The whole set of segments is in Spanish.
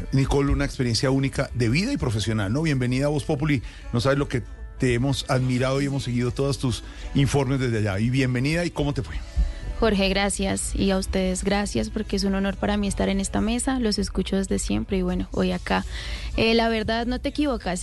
Nicole, una experiencia única de vida y profesional, ¿no? Bienvenida a Voz Populi. No sabes lo que te hemos admirado y hemos seguido todos tus informes desde allá. Y bienvenida, ¿y cómo te fue? Jorge, gracias, y a ustedes gracias, porque es un honor para mí estar en esta mesa, los escucho desde siempre y bueno, hoy acá. La verdad, no te equivocas,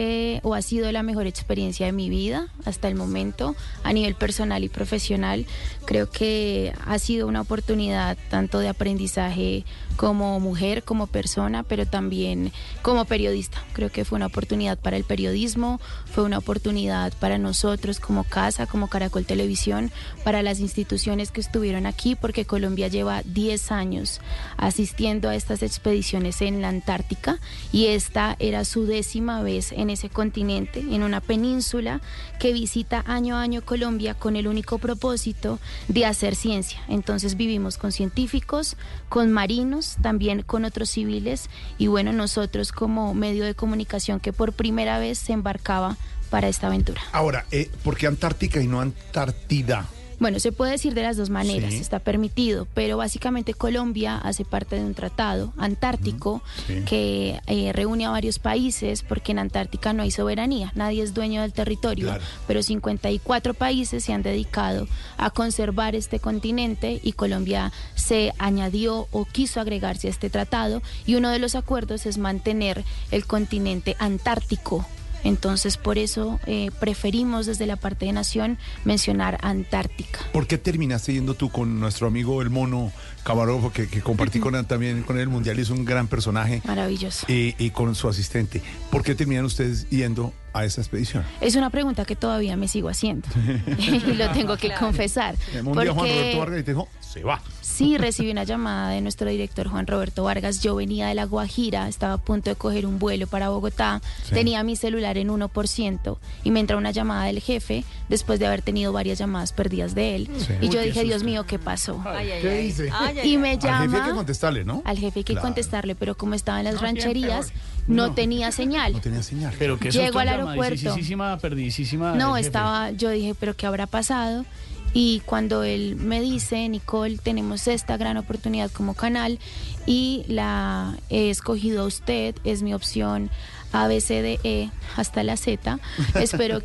ha sido la mejor experiencia de mi vida hasta el momento, a nivel personal y profesional. Creo que ha sido una oportunidad tanto de aprendizaje como mujer, como persona, pero también como periodista. Creo que fue una oportunidad para el periodismo, fue una oportunidad para nosotros como casa, como Caracol Televisión, para las instituciones que estuvieron aquí, porque Colombia lleva 10 años asistiendo a estas expediciones en la Antártica y esta era su 10ª vez en ese continente, en una península que visita año a año Colombia con el único propósito de hacer ciencia. Entonces vivimos con científicos, con marinos, también con otros civiles y bueno, nosotros como medio de comunicación que por primera vez se embarcaba para esta aventura. Ahora, ¿por qué Antártica y no Antártida? Bueno, se puede decir de las dos maneras, sí, está permitido, pero básicamente Colombia hace parte de un tratado antártico que reúne a varios países, porque en Antártica no hay soberanía, nadie es dueño del territorio, claro, pero 54 países se han dedicado a conservar este continente y Colombia se añadió o quiso agregarse a este tratado y uno de los acuerdos es mantener el continente antártico. Entonces, por eso preferimos desde la parte de Nación mencionar Antártica. ¿Por qué terminaste yendo tú con nuestro amigo el Mono Camarógrafo, que compartí también con él el Mundial, y es un gran personaje? Maravilloso. Y con su asistente. ¿Por qué terminan ustedes yendo a esa expedición? Es una pregunta que todavía me sigo haciendo y lo tengo que confesar. Un día Juan Roberto Vargas y te dijo, se va. Sí, recibí una llamada de nuestro director Juan Roberto Vargas. Yo venía de La Guajira, estaba a punto de coger un vuelo para Bogotá, tenía mi celular en 1% y me entra una llamada del jefe después de haber tenido varias llamadas perdidas de él. Y yo dije, Dios mío, ¿qué pasó? ¿Qué dice? Y me llama. Al jefe hay que contestarle, ¿no? Al jefe hay que contestarle, pero como estaba en las rancherías, no tenía señal. No tenía señal. Pero que llego al aeropuerto. Perdidísima. No, yo dije, pero ¿qué habrá pasado? Y cuando él me dice, Nicole, tenemos esta gran oportunidad como canal y la he escogido a usted, es mi opción A, B, C, D, E, hasta la Z. Espero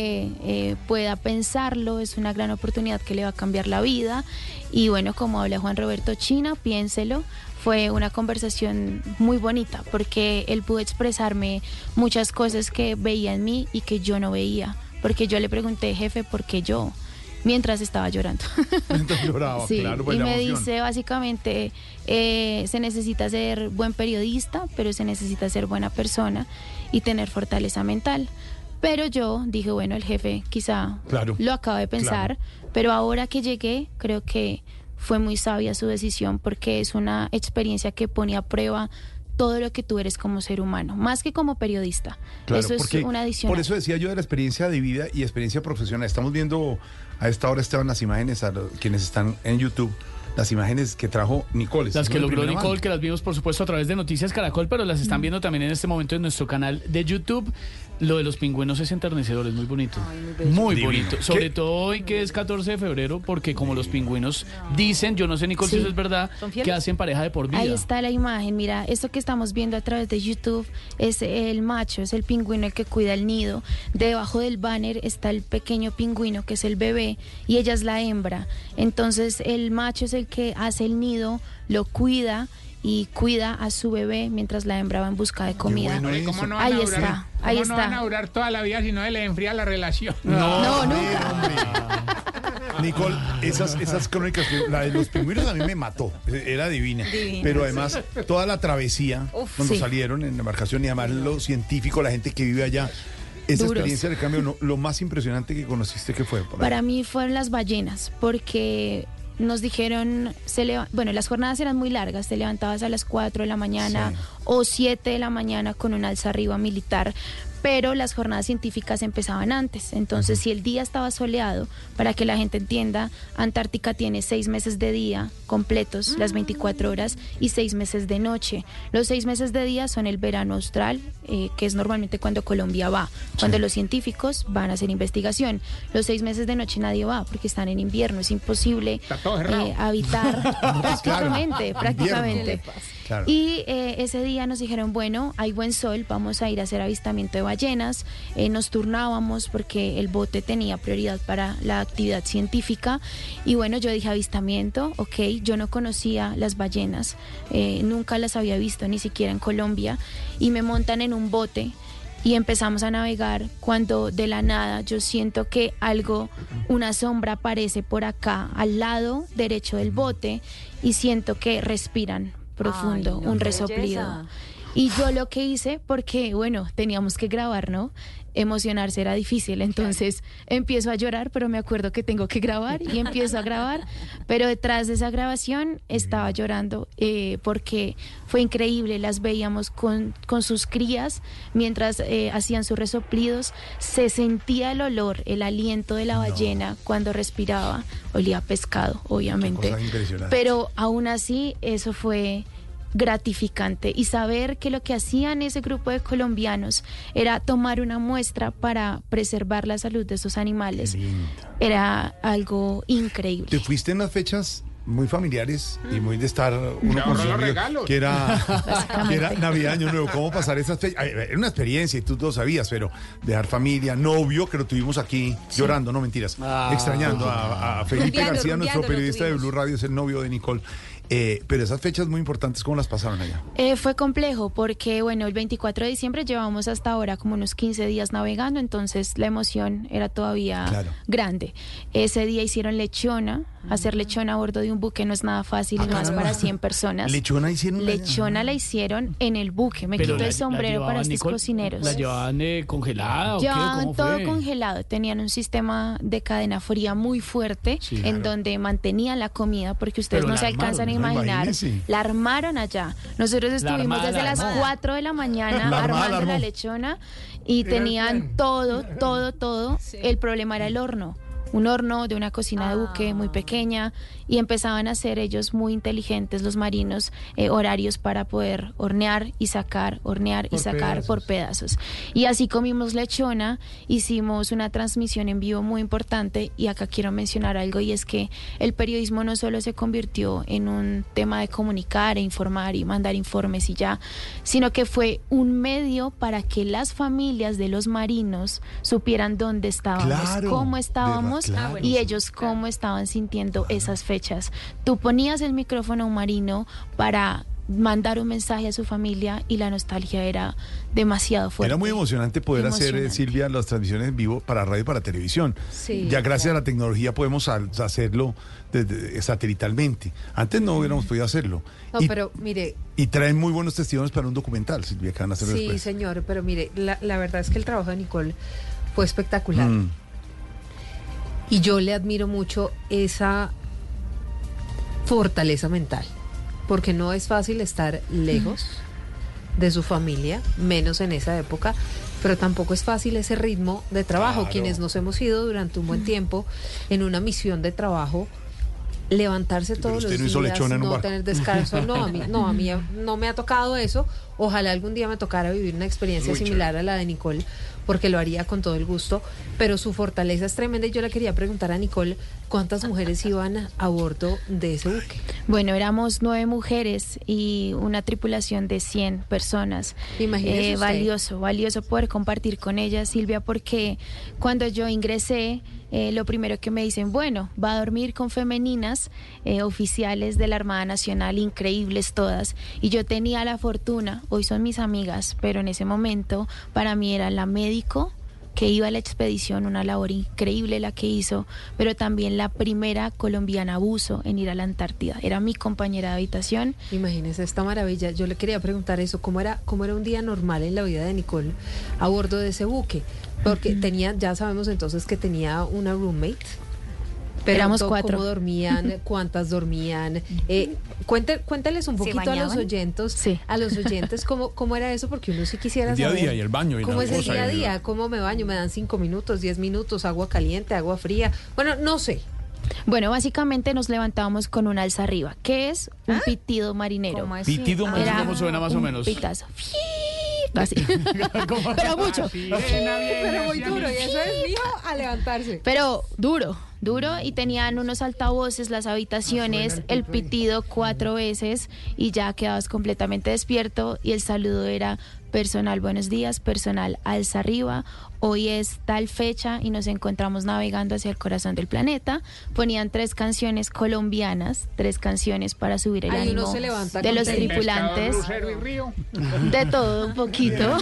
que pueda pensarlo, es una gran oportunidad que le va a cambiar la vida. Y bueno, como habla Juan Roberto China, piénselo. Fue una conversación muy bonita porque él pudo expresarme muchas cosas que veía en mí y que yo no veía. Porque yo le pregunté, jefe, ¿por qué yo? Mientras estaba llorando. Mientras lloraba, sí, claro, pues y la me emoción. dice básicamente, se necesita ser buen periodista, pero se necesita ser buena persona y tener fortaleza mental. Pero yo dije, bueno, el jefe quizá lo acaba de pensar, pero ahora que llegué, creo que fue muy sabia su decisión porque es una experiencia que pone a prueba todo lo que tú eres como ser humano, más que como periodista. Claro, eso es una adición. Por eso decía yo de la experiencia de vida y experiencia profesional. Estamos viendo a esta hora, Esteban, las imágenes, quienes están en YouTube, las imágenes que trajo Nicole. Las que logró Nicole, que las vimos por supuesto a través de Noticias Caracol, pero las están viendo también en este momento en nuestro canal de YouTube. Lo de los pingüinos es enternecedor, es muy bonito. Ay, muy bonito. Sobre todo hoy que es 14 de febrero, porque como los pingüinos dicen, yo no sé, Nicole, si eso es verdad, que hacen pareja de por vida. Ahí está la imagen, mira, esto que estamos viendo a través de YouTube es el macho, es el pingüino el que cuida el nido. Debajo del banner está el pequeño pingüino, que es el bebé, y ella es la hembra. Entonces el macho es el que hace el nido, lo cuida y cuida a su bebé mientras la hembra va en busca de comida. Bueno, ahí está. No van a durar toda la vida si no se les enfría la relación. No, nunca. Nicole, esas crónicas, la de los pingüinos a mí me mató, era divina. Pero además, toda la travesía, cuando salieron en la embarcación y además los científicos, la gente que vive allá, esa experiencia de cambio, lo más impresionante que conociste, ¿qué fue? Para mí fueron las ballenas, porque nos dijeron, las jornadas eran muy largas, te levantabas a las 4 de la mañana o 7 de la mañana con un alza arriba militar, pero las jornadas científicas empezaban antes. Entonces, si el día estaba soleado, para que la gente entienda, Antártica tiene 6 meses de día completos, las 24 horas, y 6 meses de noche. Los 6 meses de día son el verano austral, que es normalmente cuando Colombia va, cuando los científicos van a hacer investigación. Los 6 meses de noche nadie va, porque están en invierno, es imposible habitar prácticamente. Claro. Y ese día nos dijeron, bueno, hay buen sol, vamos a ir a hacer avistamiento de ballenas. Nos turnábamos porque el bote tenía prioridad para la actividad científica. Y bueno, yo dije avistamiento, ok, yo no conocía las ballenas, nunca las había visto, ni siquiera en Colombia. Y me montan en un bote y empezamos a navegar cuando de la nada yo siento que algo, una sombra aparece por acá al lado derecho del bote y siento que respiran profundo, un resoplido. Y yo lo que hice, porque bueno, teníamos que grabar, ¿no? Emocionarse era difícil, entonces empiezo a llorar, pero me acuerdo que tengo que grabar y empiezo a grabar, pero detrás de esa grabación estaba llorando porque fue increíble, las veíamos con sus crías mientras hacían sus resoplidos, se sentía el olor, el aliento de la ballena cuando respiraba, olía a pescado, obviamente, pero aún así eso fue gratificante y saber que lo que hacían ese grupo de colombianos era tomar una muestra para preservar la salud de esos animales era algo increíble. ¿Te fuiste en las fechas muy familiares y muy de estar uno con sus amigos, que era Navidad, Año Nuevo? ¿Cómo pasar esas fechas? Era una experiencia y tú lo sabías, pero dejar familia, novio, que lo tuvimos aquí llorando, no mentiras, extrañando a Felipe García, nuestro periodista de Blue Radio, es el novio de Nicole. Pero esas fechas muy importantes, ¿cómo las pasaron allá? Fue complejo porque, bueno, el 24 de diciembre llevamos hasta ahora como unos 15 días navegando, entonces la emoción era todavía grande. Ese día hicieron lechona. Hacer lechona a bordo de un buque no es nada fácil, y más para 100 personas. ¿Lechona hicieron? Lechona la hicieron en el buque. Me quito el sombrero para estos cocineros. ¿La llevaban congelada o qué? Llevaban todo congelado. Tenían un sistema de cadena fría muy fuerte en donde mantenían la comida, porque ustedes no se alcanzan a imaginar. La armaron allá. Nosotros estuvimos desde las 4 de la mañana armando la lechona y tenían todo. El problema era el horno. Un horno de una cocina de buque muy pequeña, y empezaban a hacer ellos muy inteligentes, los marinos, horarios para poder hornear y sacar por pedazos. Y así comimos lechona, hicimos una transmisión en vivo muy importante, y acá quiero mencionar algo, y es que el periodismo no solo se convirtió en un tema de comunicar e informar y mandar informes y ya, sino que fue un medio para que las familias de los marinos supieran dónde estábamos, cómo estábamos, y ellos cómo estaban sintiendo esas fechas. Tú ponías el micrófono a un marino para mandar un mensaje a su familia y la nostalgia era demasiado fuerte. Era muy emocionante poder hacer, Silvia, las transmisiones en vivo para radio y para televisión. Sí, ya gracias a la tecnología podemos hacerlo satelitalmente. Antes no hubiéramos podido hacerlo. No, pero mire... Y traen muy buenos testimonios para un documental, Silvia, que van a hacer después. Sí, señor, pero mire, la verdad es que el trabajo de Nicole fue espectacular. Y yo le admiro mucho esa fortaleza mental, porque no es fácil estar lejos de su familia, menos en esa época, pero tampoco es fácil ese ritmo de trabajo. Quienes nos hemos ido durante un buen tiempo en una misión de trabajo, levantarse todos los días, no tener descanso, a mí no me ha tocado eso. Ojalá algún día me tocara vivir una experiencia similar a la de Nicole, porque lo haría con todo el gusto, pero su fortaleza es tremenda. Y yo le quería preguntar a Nicole, ¿cuántas mujeres iban a bordo de ese buque? Bueno, éramos 9 mujeres y una tripulación de 100 personas. Imagínese valioso poder compartir con ellas, Silvia, porque cuando yo ingresé, lo primero que me dicen, bueno, va a dormir con femeninas, oficiales de la Armada Nacional, increíbles todas, y yo tenía la fortuna, hoy son mis amigas, pero en ese momento para mí era la médico que iba a la expedición, una labor increíble la que hizo, pero también la primera colombiana buzo en ir a la Antártida. Era mi compañera de habitación. Imagínese esta maravilla. Yo le quería preguntar eso, ¿cómo era un día normal en la vida de Nicole a bordo de ese buque? Porque ya sabemos entonces que tenía una roommate. Pero éramos 4. ¿Cómo dormían? ¿Cuántas dormían? Cuéntales un poquito a los oyentes cómo era eso, porque uno sí quisiera saber. El día a día y el baño. ¿Cómo es el día a día? ¿Cómo me baño? ¿Me dan 5 minutos, 10 minutos, agua caliente, agua fría? Bueno, no sé. Bueno, básicamente nos levantábamos con un alza arriba, que es un pitido marinero. ¿Pitido marinero? ¿Cómo suena más o menos? Pitazo. Así. Pero mucho. Pero muy duro, y eso es fijo a levantarse. Pero duro. duro, y tenían unos altavoces, las habitaciones, el pitido 4 veces y ya quedabas completamente despierto y el saludo era: personal, buenos días, personal, alza arriba, hoy es tal fecha y nos encontramos navegando hacia el corazón del planeta. Ponían 3 canciones colombianas, 3 canciones para subir el ánimo de los tripulantes. De todo un poquito.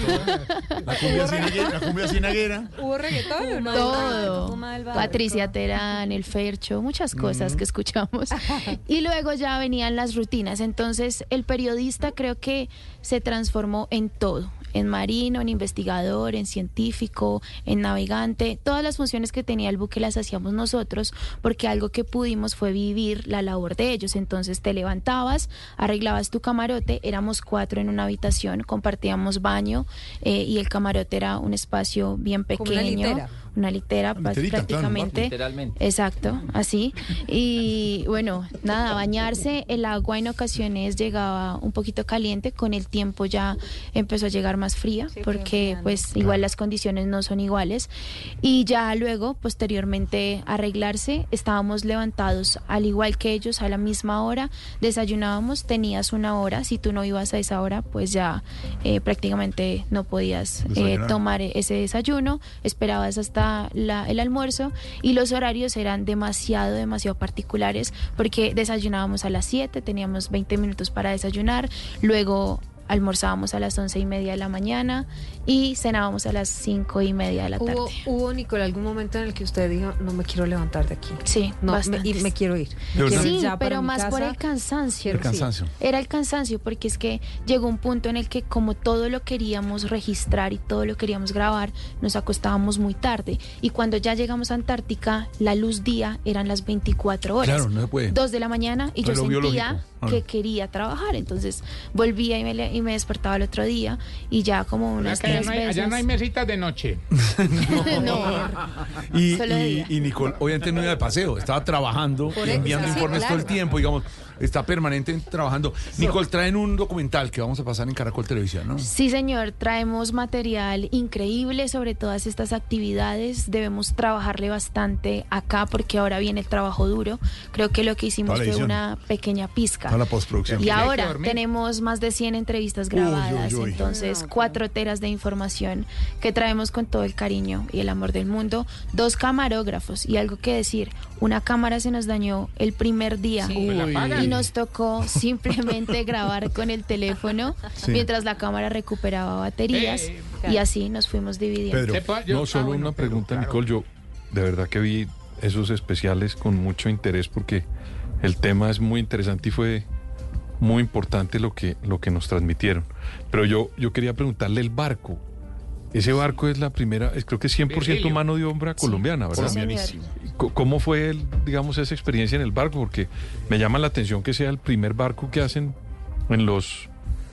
La cumbia cienaguera. ¿Hubo reggaetón o no? Todo. Patricia Terán, el Fercho, muchas cosas que escuchamos. Y luego ya venían las rutinas. Entonces el periodista creo que se transformó en todo. En marino, en investigador, en científico, en navegante. Todas las funciones que tenía el buque las hacíamos nosotros, porque algo que pudimos fue vivir la labor de ellos. Entonces te levantabas, arreglabas tu camarote, éramos 4 en una habitación, compartíamos baño, y el camarote era un espacio bien pequeño. Una litera prácticamente. Literalmente. Exacto, así. Y bueno, nada, bañarse. El agua en ocasiones llegaba un poquito caliente, con el tiempo ya empezó a llegar más fría, porque pues igual las condiciones no son iguales. Y ya luego, posteriormente, arreglarse. Estábamos levantados al igual que ellos a la misma hora, desayunábamos, tenías una hora, si tú no ibas a esa hora, pues ya prácticamente no podías tomar ese desayuno, esperabas hasta el almuerzo, y los horarios eran demasiado particulares, porque desayunábamos a las 7, teníamos 20 minutos para desayunar, luego almorzábamos a las 11:30 de la mañana y cenábamos a las 5:30 de la tarde. ¿Hubo, Nicole, algún momento en el que usted dijo: no me quiero levantar de aquí? Sí, no, me quiero ir. Sí, pero más por el cansancio. Era el cansancio, porque es que llegó un punto en el que, como todo lo queríamos registrar y todo lo queríamos grabar, nos acostábamos muy tarde, y cuando ya llegamos a Antártica, la luz día eran las 24 horas. Claro, no se puede. 2 de la mañana, y yo sentía que quería trabajar, entonces volvía y me despertaba el otro día, y ya como unas 3 veces. Allá no hay mesitas de noche. No. Y Nicole, obviamente no iba de paseo, estaba trabajando, enviando informes todo el tiempo, digamos, está permanente trabajando. Nicole, traen un documental que vamos a pasar en Caracol Televisión, ¿no? Sí, señor, traemos material increíble sobre todas estas actividades. Debemos trabajarle bastante acá, porque ahora viene el trabajo duro. Creo que lo que hicimos fue una pequeña pizca. La postproducción. Y ahora tenemos más de 100 entrevistas grabadas, entonces 4 teras de información que traemos con todo el cariño y el amor del mundo. 2 camarógrafos, y algo que decir: una cámara se nos dañó el primer día, y nos tocó simplemente grabar con el teléfono mientras la cámara recuperaba baterías, y así nos fuimos dividiendo. No, solo una pregunta, Nicole. Yo de verdad que vi esos especiales con mucho interés, porque el tema es muy interesante y fue muy importante lo que nos transmitieron. Pero yo quería preguntarle el barco. Ese barco es la primera, creo que es 100% mano de obra colombiana, ¿verdad? Sí, ¿Cómo fue, digamos, esa experiencia en el barco? Porque me llama la atención que sea el primer barco que hacen en los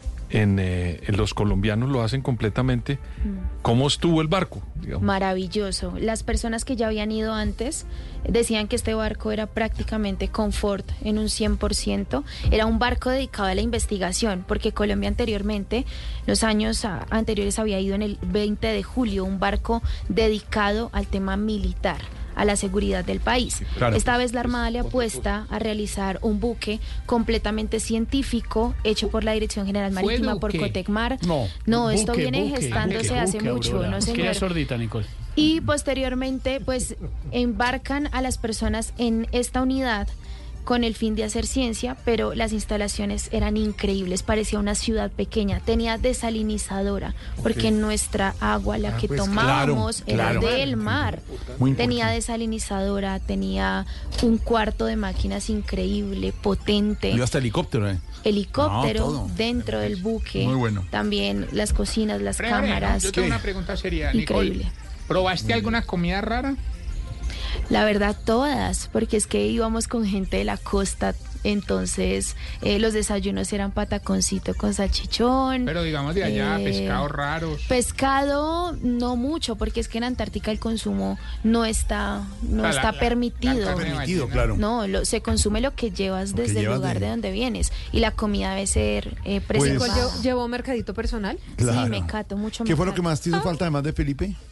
colombianos, lo hacen completamente. ¿Cómo estuvo el barco, digamos? Maravilloso. Las personas que ya habían ido antes decían que este barco era prácticamente confort en un 100%. Era un barco dedicado a la investigación, porque Colombia anteriormente, los años anteriores, había ido en el 20 de julio, un barco dedicado al tema militar, a la seguridad del país. Claro. Esta vez la Armada le apuesta a realizar un buque completamente científico, hecho por la Dirección General Marítima, por Cotecmar. No, esto viene gestándose hace mucho, Aurora. ¿no, señor? Queda sordita, Nicole. Y posteriormente, pues, embarcan a las personas en esta unidad con el fin de hacer ciencia, pero las instalaciones eran increíbles, parecía una ciudad pequeña, tenía desalinizadora, porque nuestra agua, la que tomábamos, era del mar. Tenía desalinizadora, tenía un cuarto de máquinas increíble, potente. Y hasta helicóptero, Helicóptero dentro del buque. Muy bueno. También las cocinas, las cámaras. Yo tengo una pregunta seria, increíble. Nicole. ¿Probaste alguna comida rara? La verdad, todas, porque es que íbamos con gente de la costa, entonces los desayunos eran pataconcito con salchichón. Pero digamos de allá, pescados raros. Pescado no mucho, porque es que en Antártica el consumo no está permitido. Claro. No, se consume lo que llevas desde el lugar de donde vienes, y la comida debe ser preservada. ¿Llevó mercadito personal? Claro. Sí, me cato mucho. ¿Qué fue lo que más te hizo falta, además de Felipe?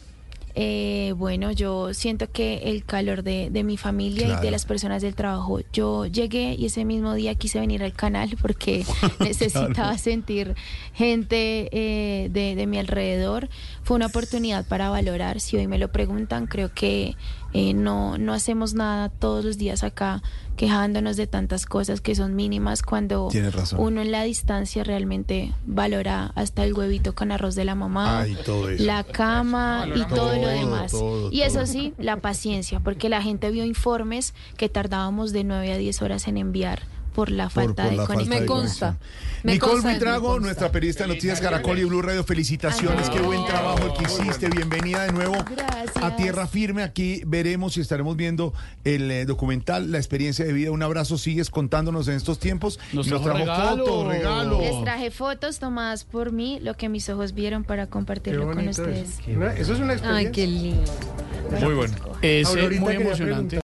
Bueno, yo siento que el calor de mi familia y de las personas del trabajo. Yo llegué y ese mismo día quise venir al canal porque necesitaba sentir gente de mi alrededor. Fue una oportunidad para valorar. Si hoy me lo preguntan, creo que no hacemos nada todos los días acá quejándonos de tantas cosas que son mínimas cuando uno en la distancia realmente valora hasta el huevito con arroz de la mamá, la cama y todo lo demás. Y eso sí, la paciencia, porque la gente vio informes que tardábamos de 9 a 10 horas en enviar por la falta de conexión. Me consta. Nicole Buitrago, nuestra periodista de Noticias Caracol y Blue Radio, felicitaciones, qué buen trabajo el que hiciste, bienvenida de nuevo a Tierra Firme. Aquí veremos y estaremos viendo el documental, la experiencia de vida. Un abrazo, sigues contándonos en estos tiempos. Nos trajo fotos, regalo. Les traje fotos tomadas por mí, lo que mis ojos vieron para compartirlo con ustedes. Eso es una experiencia. Ay, qué lindo. Muy bueno. Es muy emocionante.